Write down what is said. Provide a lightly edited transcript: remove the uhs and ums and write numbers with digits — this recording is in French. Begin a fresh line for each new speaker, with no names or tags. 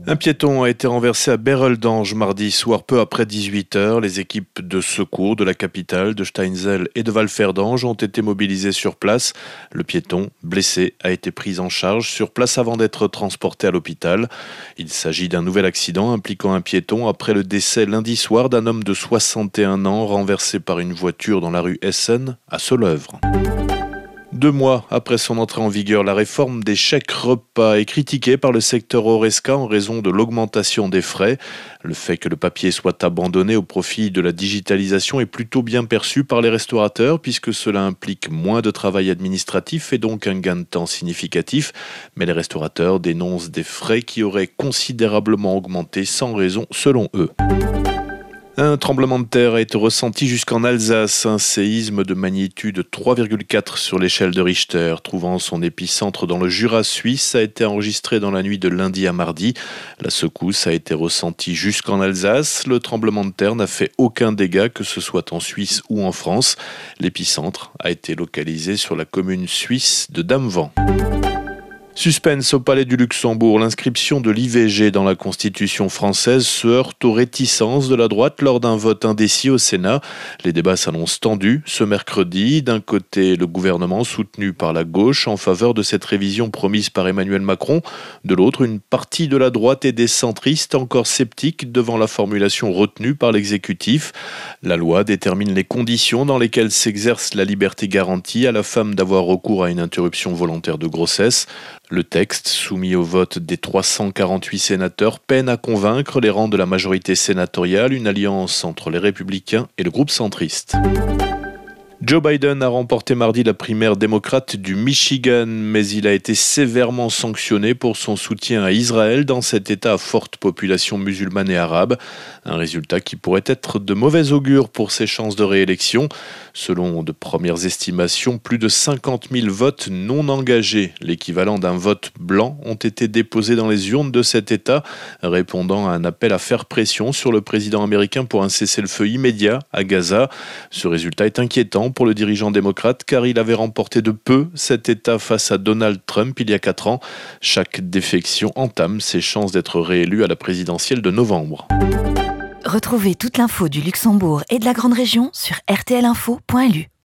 Un piéton a été renversé à Bereldange mardi soir peu après 18h. Les équipes de secours de la capitale, de Steinzell et de Walferdange ont été mobilisées sur place. Le piéton, blessé, a été pris en charge sur place avant d'être transporté à l'hôpital. Il s'agit d'un nouvel accident impliquant un piéton après le décès lundi soir d'un homme de 61 ans renversé par une voiture dans la rue Essen à Soleuvre. 2 mois après son entrée en vigueur, la réforme des chèques repas est critiquée par le secteur Oresca en raison de l'augmentation des frais. Le fait que le papier soit abandonné au profit de la digitalisation est plutôt bien perçu par les restaurateurs puisque cela implique moins de travail administratif et donc un gain de temps significatif. Mais les restaurateurs dénoncent des frais qui auraient considérablement augmenté sans raison selon eux. Un tremblement de terre a été ressenti jusqu'en Alsace, un séisme de magnitude 3,4 sur l'échelle de Richter, trouvant son épicentre dans le Jura suisse, a été enregistré dans la nuit de lundi à mardi. La secousse a été ressentie jusqu'en Alsace. Le tremblement de terre n'a fait aucun dégât, que ce soit en Suisse ou en France. L'épicentre a été localisé sur la commune suisse de Damevant. Suspense au Palais du Luxembourg. L'inscription de l'IVG dans la Constitution française se heurte aux réticences de la droite lors d'un vote indécis au Sénat. Les débats s'annoncent tendus ce mercredi. D'un côté, le gouvernement soutenu par la gauche en faveur de cette révision promise par Emmanuel Macron. De l'autre, une partie de la droite et des centristes encore sceptiques devant la formulation retenue par l'exécutif. La loi détermine les conditions dans lesquelles s'exerce la liberté garantie à la femme d'avoir recours à une interruption volontaire de grossesse. Le texte, soumis au vote des 348 sénateurs, peine à convaincre les rangs de la majorité sénatoriale, une alliance entre les Républicains et le groupe centriste. Joe Biden a remporté mardi la primaire démocrate du Michigan, mais il a été sévèrement sanctionné pour son soutien à Israël dans cet État à forte population musulmane et arabe. Un résultat qui pourrait être de mauvais augure pour ses chances de réélection. Selon de premières estimations, plus de 50 000 votes non engagés, l'équivalent d'un vote blanc, ont été déposés dans les urnes de cet État, répondant à un appel à faire pression sur le président américain pour un cessez-le-feu immédiat à Gaza. Ce résultat est inquiétant pour le dirigeant démocrate car il avait remporté de peu cet État face à Donald Trump il y a 4 ans. Chaque défection entame ses chances d'être réélu à la présidentielle de novembre.
Retrouvez toute l'info du Luxembourg et de la Grande Région sur rtlinfo.lu.